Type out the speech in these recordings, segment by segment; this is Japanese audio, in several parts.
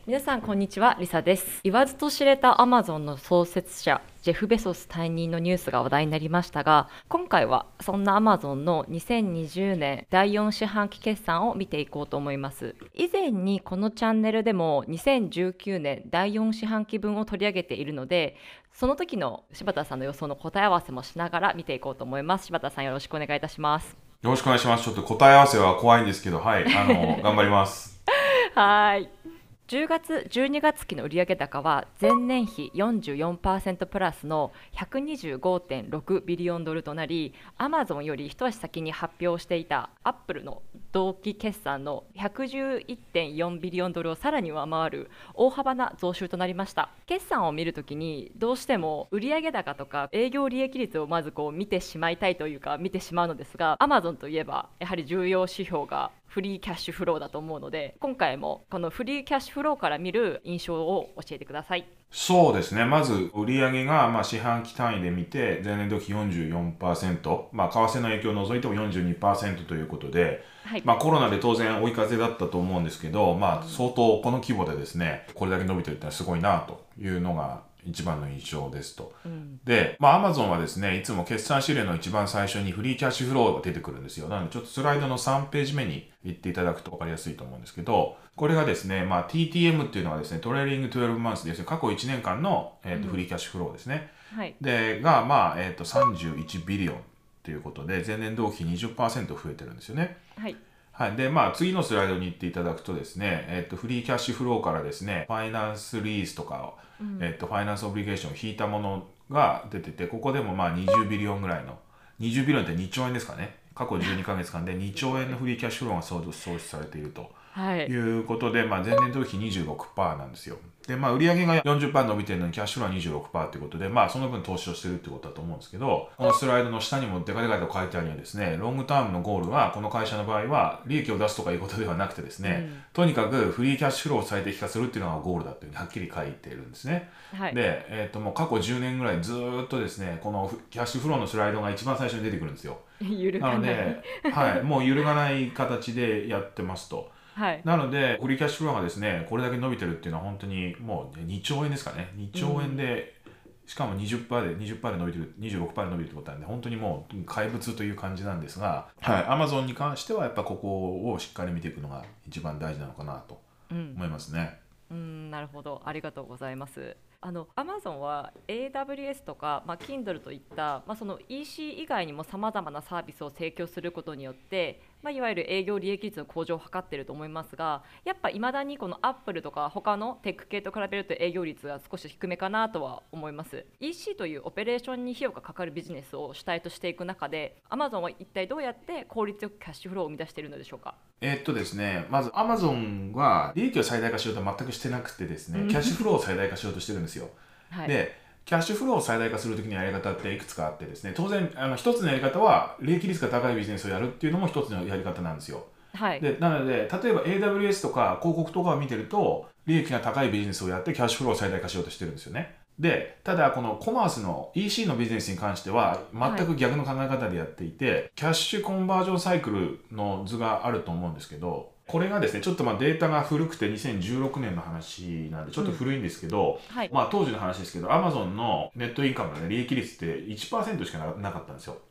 皆さんこんにちは、リサです。言わずと知れたアマゾンの創設者ジェフ・ベソス退任のニュースが話題になりましたが、今回はそんなアマゾンの2020年第4四半期決算を見ていこうと思います。以前にこのチャンネルでも2019年第4四半期分を取り上げているので、その時の柴田さんの予想の答え合わせもしながら見ていこうと思います。柴田さん、よろしくお願いいたします。 よろしくお願いします。ちょっと答え合わせは怖いんですけど、はい、頑張ります。 はい。10月、12月期の売上高は前年比44%プラスの125.6ビリオンドルとなり、アマゾンより一足先に発表していたアップルの同期決算の111.4ビリオンドルをさらに上回る大幅な増収となりました。決算を見るときにどうしても売上高とか営業利益率をまず見てしまいたいというか見てしまうのですが、アマゾンといえばやはり重要指標がフリーキャッシュフローだと思うので、今回もこのフリーキャッシュフローから見る印象を教えてください。 そうですね。まず、売上が四半期単位で見て、前年同期44%、為替の影響を除いても42%ということで、 はい。 コロナで当然追い風だったと思うんですけど、相当この規模でですね、これだけ伸びてるってのはすごいなというのが一番の印象ですと。で、アマゾンはですね、いつも決算資料の一番最初にフリーキャッシュフローが出てくるんですよ。なので、ちょっとスライドの3ページ目に行っていただくと分かりやすいと思うんですけど、これがですね、TTM っていうのはですね、トレーリング12マンスですね、過去1年間の、フリーキャッシュフローですね。 はい。 で、31ビリオンということで、前年同期20%増えてるんですよね。 はい。 はい。で、次のスライドに行っていただくとですね、フリーキャッシュフローからですね、ファイナンスリースとかを、ファイナンスオブリゲーションを引いたものが出てて、ここでも20ビリオンぐらいの、20ビリオンって2兆円ですかね。過去12ヶ月間で2兆円のフリーキャッシュフローが創出されているとはい。 いうことで、前年同期26%なんですよ。で、売上が40%伸びてるのにキャッシュフローは26%ということで、その分投資をしてるってことだと思うんですけど、このスライドの下にもデカデカと書いてあるようにですね、ロングタームのゴールは、この会社の場合は、利益を出すとかいうことではなくてですね、とにかくフリーキャッシュフローを最適化するっていうのがゴールだっていうふうにはっきり書いているんですね。 はい。 で、もう過去10年ぐらいずーっとですね、このキャッシュフローのスライドが一番最初に出てくるんですよ。 揺るながない。 ので、はい、もう揺るがない形でやってますと。 はい。 なので、フリーキャッシュフローがですね、これだけ伸びてるっていうのは本当にもう2兆円ですかね。2兆円で、しかも20%で、20%で伸びてる、26%で伸びるってことなんで、本当にもう怪物という感じなんですが、はい、アマゾンに関してはやっぱここをしっかり見ていくのが一番大事なのかなと思いますね。 なるほど、ありがとうございます。Amazon は AWS とか、Kindle といった、その EC 以外にもさまざまなサービスを提供することによって、いわゆる営業利益率の向上を図っていると思いますが、やっぱいまだにこの Apple とか他のテック系と比べると営業率が少し低めかなとは思います。 EC というオペレーションに費用がかかるビジネスを主体としていく中で、 Amazon は一体どうやって効率よくキャッシュフローを生み出しているのでしょうか？ ですね、まず Amazon は利益を最大化しようとは全くしてなくてですね、キャッシュフローを最大化しようとしてるんですよ。 はい。 で、キャッシュフローを最大化するときのやり方っていくつかあってですね、当然、一つのやり方は、利益率が高いビジネスをやるっていうのも一つのやり方なんですよ。 はい。 で、なので、例えば AWS とか広告とかを見てると、利益が高いビジネスをやってキャッシュフローを最大化しようとしてるんですよね。で、ただこのコマースの EC のビジネスに関しては全はい。 く逆の考え方でやっていて、キャッシュコンバージョンサイクルの図があると思うんですけど、これがですね、ちょっとデータが古くて2016年の話なんでちょっと古いんですけど、 はい。 当時の話ですけど、Amazon のネットインカムの、ね、利益率って1%しかなかったんですよ。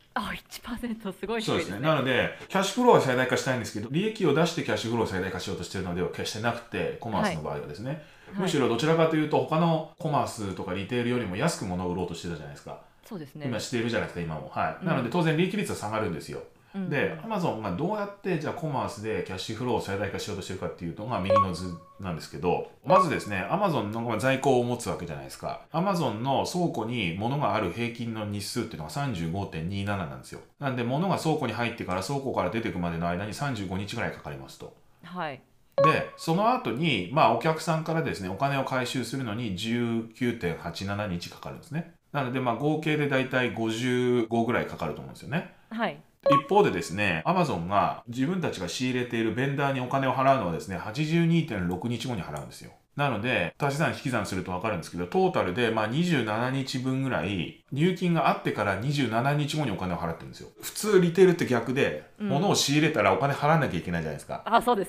1%、すごいそうですね。 低いですね。 なので、キャッシュフローは最大化したいんですけど、利益を出してキャッシュフローを最大化しようとしているのでは決してなくて、コマーはい。 スの場合はですね。むはい。 しろどちらかというと、他のコマースとかリテールよりも安く物を売ろうとしてたじゃないですか。 そうですね。 今しているじゃないですか、今も。はい。なので、 うん。 当然利益率は下がるんですよ。 うん。うで、 ん。 Amazon がどうやってじゃあコマースでキャッシュフローを最大化しようとしてるかっていうのが右の図なんですけど、まずですね、Amazon の在庫を持つわけじゃないですか。Amazon の倉庫に物がある平均の日数っていうのが35.27なんですよ。なんで物が倉庫に入ってから倉庫から出てくまでの間に35日ぐらいかかりますと。 はい。 で、その後に、お客さんからですね、お金を回収するのに19.87日かかるんですね。なので、合計でだいたい55ぐらいかかると思うんですよね。 はい。 一方でですね、Amazon が自分たちが仕入れているベンダーにお金を払うのはですね、82.6日後に払うんですよ。なので、足し算引き算すると分かるんですけど、トータルで27日分ぐらい、入金があってから27日後にお金を払ってるんですよ。普通リテールって逆で、物をうん。 仕入れたらお金払わなきゃいけないじゃないですか。 そうですね。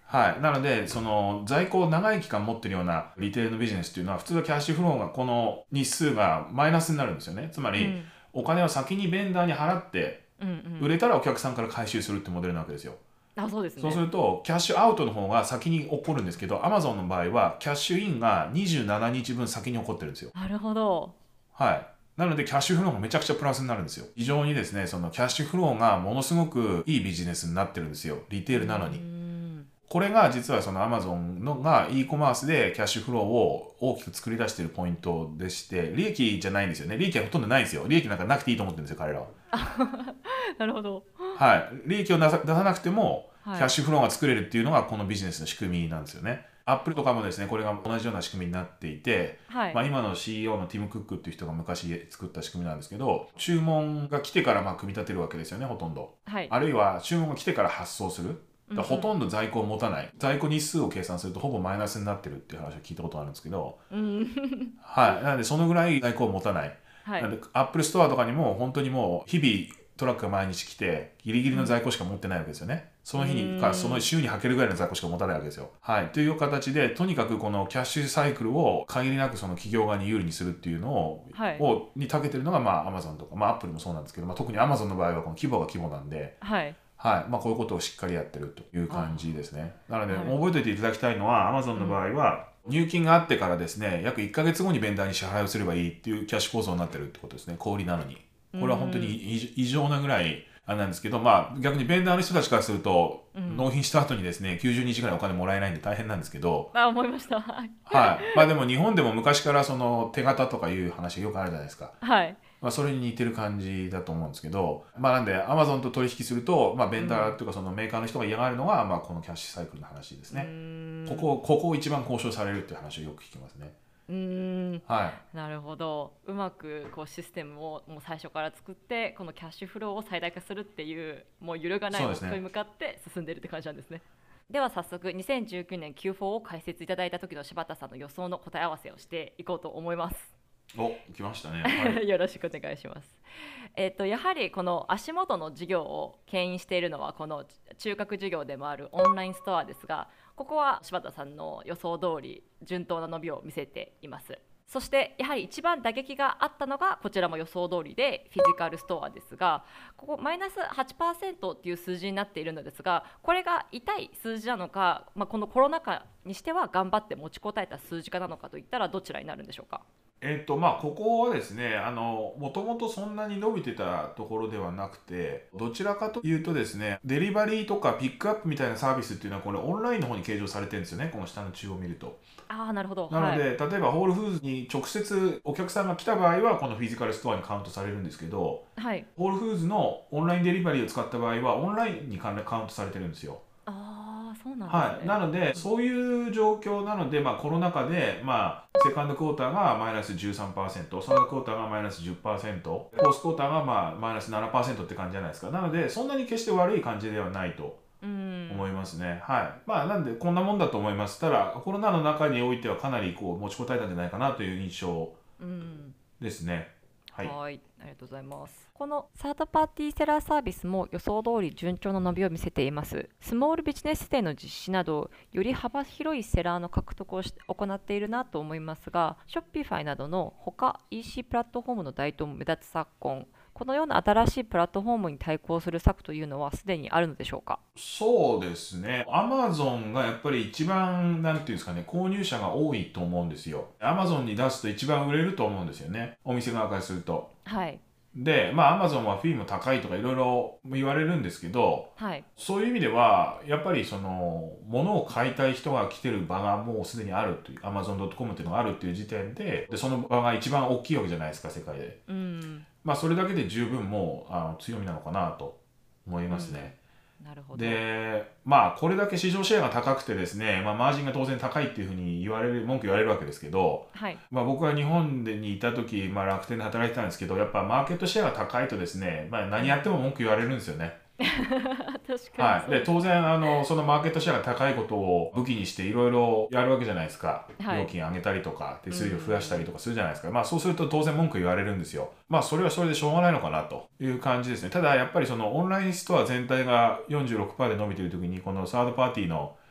はい、なのでその在庫を長い期間持ってるようなリテールのビジネスっていうのは普通はキャッシュフローがこの日数がマイナスになるんですよね。つまり、お金を先にベンダーに払って売れたらお客さんから回収するってモデルなわけですよ。 そうですね。 そうするとキャッシュアウトの方が先に起こるんですけど、 Amazon の場合はキャッシュインが27日分先に起こってるんですよ。 なるほど。 はい。なのでキャッシュフローがめちゃくちゃプラスになるんですよ。非常にですね、そのキャッシュフローがものすごくいいビジネスになってるんですよ。リテールなのに。これが実はその Amazon のが e コマースでキャッシュフローを大きく作り出しているポイントでして、利益じゃないんですよね。利益はほとんどないんですよ。利益なんかなくていいと思ってるんですよ、彼らは。 なるほど。 はい。利益を出さなくてもキャッシュフローが作れるっていうのがこのビジネスの仕組みなんですよね。アップルとかもですね、これが同じような仕組みになっていて、今の CEO のティム・クックっていう人が昔作った仕組みなんですけど、注文が来てから組み立てるわけですよね、ほとんど。あるいは注文が来てから発送する。ほとんど在庫を持たない。在庫日数を計算するとほぼマイナスになってるっていう話を聞いたことがあるんですけど、はい。なのでそのぐらい在庫を持たない。なのでアップルストアとかにも本当にもう日々トラックが毎日来てギリギリの在庫しか持ってないわけですよね。その日にかその週に履けるぐらいの在庫しか持たないわけですよ。はい。という形でとにかくこのキャッシュサイクルを限りなくその企業側に有利にするっていうのを、に長けてるのがAmazon とかApple もそうなんですけど、特に Amazon の場合はこの規模が規模なんで、はい。こういうことをしっかりやってるという感じですね。なので、覚えておいていただきたいのは Amazon の場合は、入金があってからですね、約1ヶ月後にベンダーに支払いをすればいいっていうキャッシュ構造になってるってことですね。小売りなのに。これは本当に異常なぐらいなんですけど、逆にベンダーの人たちからすると、納品した後にですね、90日ぐらいお金もらえないんで大変なんですけど、 思いました。 はい。でも日本でも昔からその手形とかいう話がよくあるじゃないですか。 はい。 それに似てる感じだと思うんですけど、なんで Amazon と取引すると、ベンダーというかそのメーカーの人が嫌がるのが、このキャッシュサイクルの話ですね。ここを一番交渉されるっていう話をよく聞きますね。 はい、なるほど。うまくこうシステムをもう最初から作ってこのキャッシュフローを最大化するっていうもう揺るがない目標に向かって進んでいるって感じなんですね。では早速2019年 Q4 を解説いただいた時の柴田さんの予想の答え合わせをしていこうと思います。 来ましたね。 はい、よろしくお願いします。やはりこの足元の事業を牽引しているのはこの中核事業でもあるオンラインストアですが、ここは柴田さんの予想通り順当な伸びを見せています。そしてやはり一番打撃があったのがこちらも予想通りでフィジカルストアですが、ここマイナス 8% っていう数字になっているのですが、これが痛い数字なのか、このコロナ禍にしては頑張って持ちこたえた数字化なのかといったらどちらになるんでしょうか。 ここはですね、もともとそんなに伸びてたところではなくて、どちらかというとですね、デリバリーとかピックアップみたいなサービスっていうのはこれオンラインの方に計上されてるんですよね、この下の中を見ると。 なるほど。 なので、例えばホールフーズに直接お客さんが来た場合はこのフィジカルストアにカウントされるんですけど、ホールフーズのオンラインデリバリーを使った場合はオンラインにカウントされてるんですよ。 そうなんですね。 なのでそういう状況なので、コロナ禍で、セカンドクォーターがマイナス 13%、サードクォーターがマイナス 10%、フォースクォーターがマイナス 7% って感じじゃないですか。なのでそんなに決して悪い感じではないと思いますね。なんでこんなもんだと思います。ただコロナの中においてはかなり持ちこたえたんじゃないかなという印象ですね。 はい、ありがとうございます。このサードパーティーセラーサービスも予想通り順調な伸びを見せています。スモールビジネスデーの実施などより幅広いセラーの獲得を行っているなと思いますが、Shopify などの他 EC プラットフォームの台頭も目立つ昨今、このような新しいプラットフォームに対抗する策というのはすでにあるのでしょうか。 そうですね。Amazon がやっぱり一番なんていうんですかね、購入者が多いと思うんですよ。Amazon に出すと一番売れると思うんですよね。お店側からすると。で、Amazon はフィーも高いとかいろいろ言われるんですけど、そういう意味ではやっぱりその物を買いたい人が来てる場がもうすでにあるという Amazon.com っていうのがあるっていう時点で、その場が一番大きいわけじゃないですか、世界で。それだけで十分もう強みなのかなと思いますね。 なるほど。 で、これだけ市場シェアが高くてですね、マージンが当然高いっていうふうに文句言われるわけですけど、僕は日本にいた時、楽天で働いてたんですけど、やっぱマーケットシェアが高いとですね、何やっても文句言われるんですよね。 確かに。 で当然そのマーケットシェアが高いことを武器にしていろいろやるわけじゃないですか。料金上げたりとか手数料増やしたりとかするじゃないですか。そうすると当然文句言われるんですよ。それはそれでしょうがないのかなという感じですね。ただやっぱりそのオンラインストア全体が 46% で伸びている時にこのサードパーティーの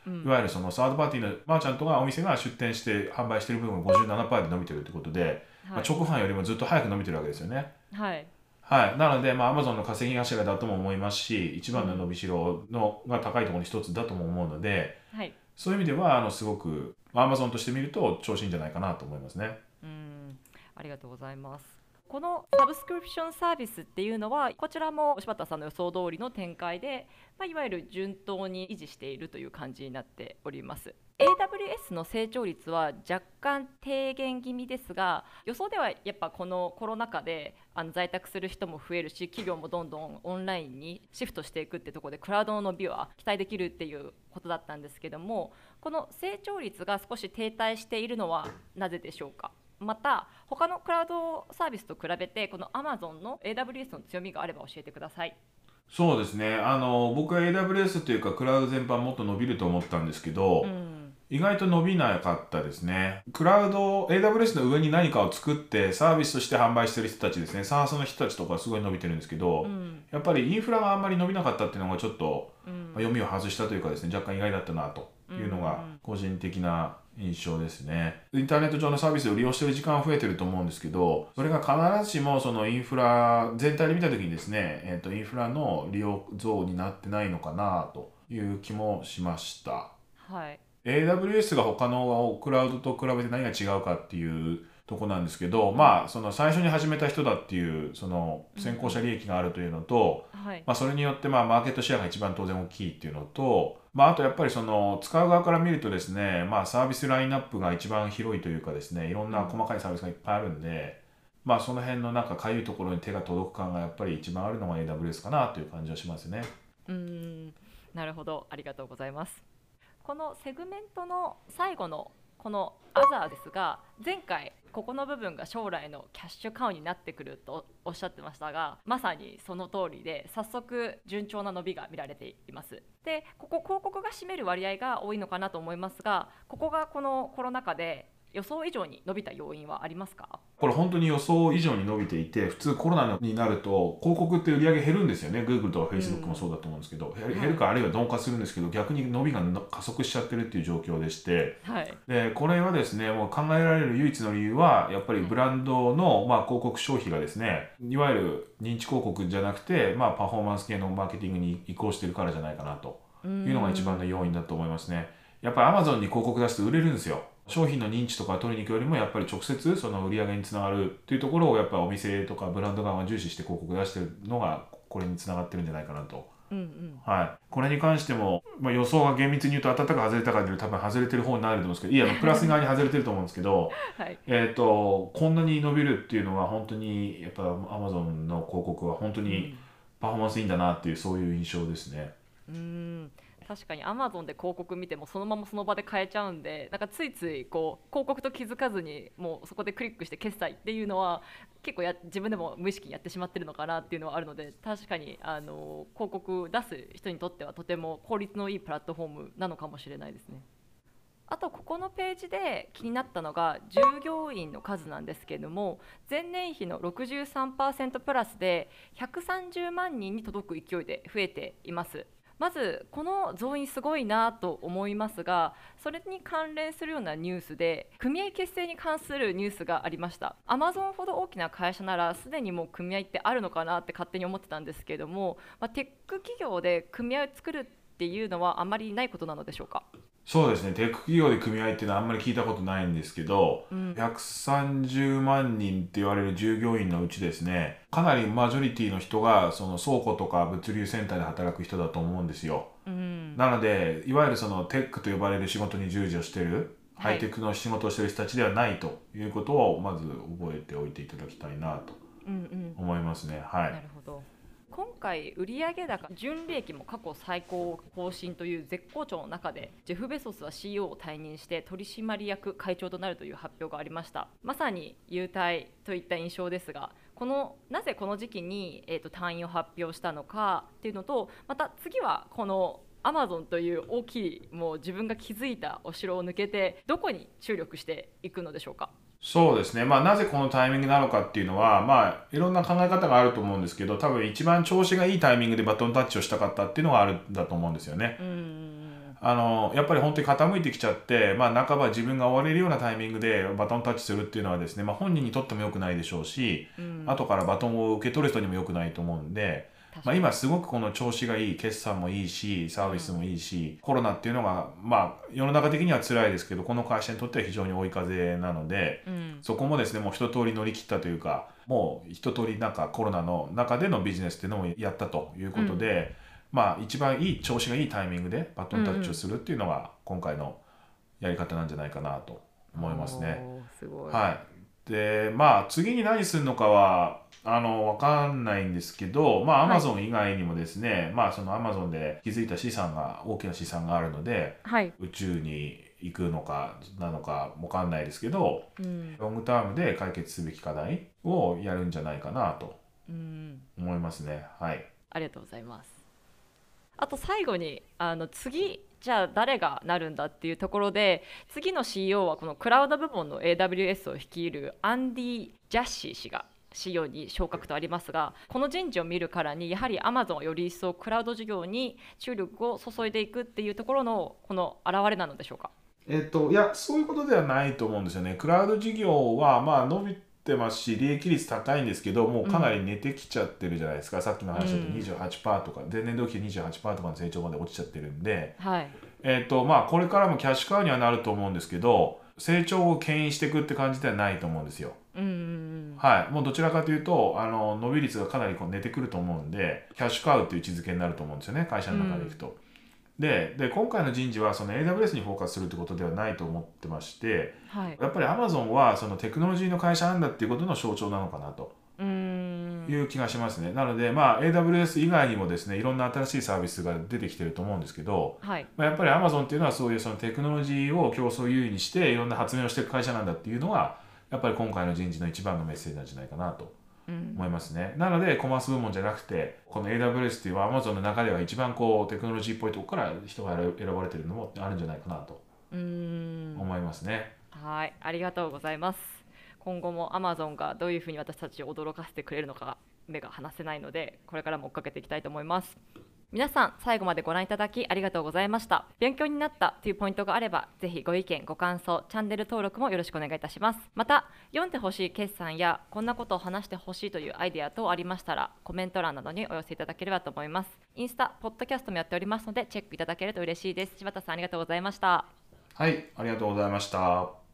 いわゆるそのサードパーティーのマーチャントがお店が出店して販売している分が 57% で伸びてるってことで、直販よりもずっと早く伸びてるわけですよね。はい、なので、Amazon の稼ぎ頭だとも思いますし、一番の伸びしろが高いところの一つだとも思うので、そういう意味ではすごく Amazon として見ると調子いいんじゃないかなと思いますね。 ありがとうございます。このサブスクリプションサービスっていうのは、こちらも柴田さんの予想通りの展開で、いわゆる順当に維持しているという感じになっております。AWS の成長率は若干低減気味ですが、予想ではやっぱこのコロナ禍で在宅する人も増えるし、企業もどんどんオンラインにシフトしていくってところでクラウドの伸びは期待できるっていうことだったんですけども、この成長率が少し停滞しているのはなぜでしょうか。また他のクラウドサービスと比べてこの Amazon の AWS の強みがあれば教えてください。 そうですね、僕は AWS というかクラウド全般もっと伸びると思ったんですけど、意外と伸びなかったですね。クラウド AWS の上に何かを作ってサービスとして販売してる人たちですね、SaaS の人たちとかすごい伸びてるんですけど、やっぱりインフラがあんまり伸びなかったっていうのがちょっと、読みを外したというかですね、若干意外だったなというのが個人的な印象ですね。インターネット上のサービスを利用している時間は増えてると思うんですけど、それが必ずしもそのインフラ全体で見た時にですね、インフラの利用増になってないのかなという気もしました。AWS が他のクラウドと比べて何が違うかっていうとこなんですけど、その最初に始めた人だっていうその先行者利益があるというのと、それによってマーケットシェアが一番当然大きいっていうのと、あとやっぱりその使う側から見るとですね、サービスラインナップが一番広いというかですね、いろんな細かいサービスがいっぱいあるんで、その辺のなんかかゆいところに手が届く感がやっぱり一番あるのが AWS かなという感じはしますね。 なるほど、ありがとうございます。このセグメントの最後のこのアザーですが、前回ここの部分が将来のキャッシュカウになってくるとおっしゃってましたが、まさにその通りで早速順調な伸びが見られています。で、ここ広告が占める割合が多いのかなと思いますが、ここがこのコロナ禍で予想以上に伸びた要因はありますか？ これ本当に予想以上に伸びていて、普通コロナになると広告って売り上げ減るんですよね。 Google とか Facebook もそうだと思うんですけど、減るかあるいは鈍化するんですけど、逆に伸びが加速しちゃってるっていう状況でして、でこれはですね、もう考えられる唯一の理由はやっぱりブランドの広告消費がですね、いわゆる認知広告じゃなくて、パフォーマンス系のマーケティングに移行してるからじゃないかなというのが一番の要因だと思いますね。やっぱり Amazon に広告出すと売れるんですよ。商品の認知とか取りに行くよりもやっぱり直接その売り上げにつながるっていうところをやっぱりお店とかブランド側が重視して広告出してるのがこれにつながってるんじゃないかなと。これに関しても、予想が厳密に言うと当たったか外れたかで多分外れてる方になると思うんですけど、いやプラス側に外れてると思うんですけど、こんなに伸びるっていうのは本当にやっぱ Amazon の広告は本当にパフォーマンスいいんだなっていう、そういう印象ですね。 確かに Amazon で広告見てもそのままその場で買えちゃうんで、なんかついついこう広告と気づかずにもうそこでクリックして決済っていうのは結構自分でも無意識にやってしまってるのかなっていうのはあるので、確かに広告出す人にとってはとても効率のいいプラットフォームなのかもしれないですね。あとここのページで気になったのが従業員の数なんですけれども、前年比の 63% プラスで130万人に届く勢いで増えています。まずこの増員すごいなと思いますが、それに関連するようなニュースで組合結成に関するニュースがありました。 Amazon ほど大きな会社ならすでにもう組合ってあるのかなって勝手に思ってたんですけれども、テック企業で組合を作るっていうのはあまりないことなのでしょうか？ そうですね、テック企業で組合っていうのはあんまり聞いたことないんですけど、130万人って言われる従業員のうちですね、かなりマジョリティの人がその倉庫とか物流センターで働く人だと思うんですよ。なのでいわゆるそのテックと呼ばれる仕事に従事をしているハイテクの仕事をしている人たちではないということをまず覚えておいていただきたいなと思いますね。なるほど。今回売上高純利益も過去最高更新という絶好調の中で、ジェフ・ベソスは CEO を退任して取締役会長となるという発表がありました。まさに優待といった印象ですが、なぜこの時期に、退院を発表したのかっていうのと、また次はこのAmazon という大きいもう自分が築いたお城を抜けてどこに注力していくのでしょうか？ そうですね、なぜこのタイミングなのかっていうのは、いろんな考え方があると思うんですけど、多分一番調子がいいタイミングでバトンタッチをしたかったっていうのがあるんだと思うんですよね。 やっぱり本当に傾いてきちゃって、まあ、半ば自分が追われるようなタイミングでバトンタッチするっていうのはですね、まあ、本人にとっても良くないでしょうし、後からバトンを受け取る人にも良くないと思うんで、まあ、今すごくこの調子がいい、決算もいいし、サービスもいいし、コロナっていうのが、まあ、世の中的には辛いですけど、この会社にとっては非常に追い風なので、そこもですね、もう一通り乗り切ったというか、もう一通りなんかコロナの中でのビジネスっていうのもやったということで、まあ一番いい調子がいいタイミングでバトンタッチをするっていうのが今回のやり方なんじゃないかなと思いますね。 すごい。 はい。で、まあ次に何するのかはわかんないんですけど、まあ Amazon 以外にもですね、まあその Amazon で築いた資産が大きな資産があるので、宇宙に行くのかなのかわかんないですけど、ロングタームで解決すべき課題をやるんじゃないかなと思いますね。はい。 ありがとうございます。あと最後に次じゃあ誰がなるんだっていうところで、次の CEO はこのクラウド部門の AWS を率いるアンディ・ジャッシー氏が CEO に昇格とありますが、この人事を見るからにやはり Amazon はより一層クラウド事業に注力を注いでいくっていうところのこの表れなのでしょうか。 いや、そういうことではないと思うんですよね。クラウド事業はまあ伸びてますし、利益率高いんですけど、もうかなり寝てきちゃってるじゃないですか。さっきの話だと 28% とか、前年同期で 28% とかの成長まで落ちちゃってるんで、まあこれからもキャッシュカウにはなると思うんですけど、成長を牽引していくって感じではないと思うんですよ。はい、もうどちらかというと伸び率がかなりこう寝てくると思うんで、キャッシュカウっていう位置づけになると思うんですよね、会社の中でいくと。で今回の人事はその AWS にフォーカスするってことではないと思ってまして、やっぱり Amazon はそのテクノロジーの会社なんだっていうことの象徴なのかなという気がしますね。なので、まあ、AWS 以外にもですね、いろんな新しいサービスが出てきてると思うんですけど、まあ、やっぱり Amazon っていうのはそういうそのテクノロジーを競争優位にしていろんな発明をしていく会社なんだっていうのがやっぱり今回の人事の一番のメッセージなんじゃないかなと思いますね。なのでコマース部門じゃなくて、この AWS っていう Amazon の中では一番こうテクノロジーっぽいところから人が選ばれてるのもあるんじゃないかなと思いますね。 はい、ありがとうございます。今後も Amazon がどういうふうに私たちを驚かせてくれるのか目が離せないので、これからも追っかけていきたいと思います。皆さん最後までご覧いただきありがとうございました。勉強になったというポイントがあれば、ぜひご意見ご感想、チャンネル登録もよろしくお願いいたします。また読んでほしい決算やこんなことを話してほしいというアイデア等ありましたら、コメント欄などにお寄せいただければと思います。インスタ、ポッドキャストもやっておりますのでチェックいただけると嬉しいです。柴田さん、ありがとうございました。 はい、ありがとうございました。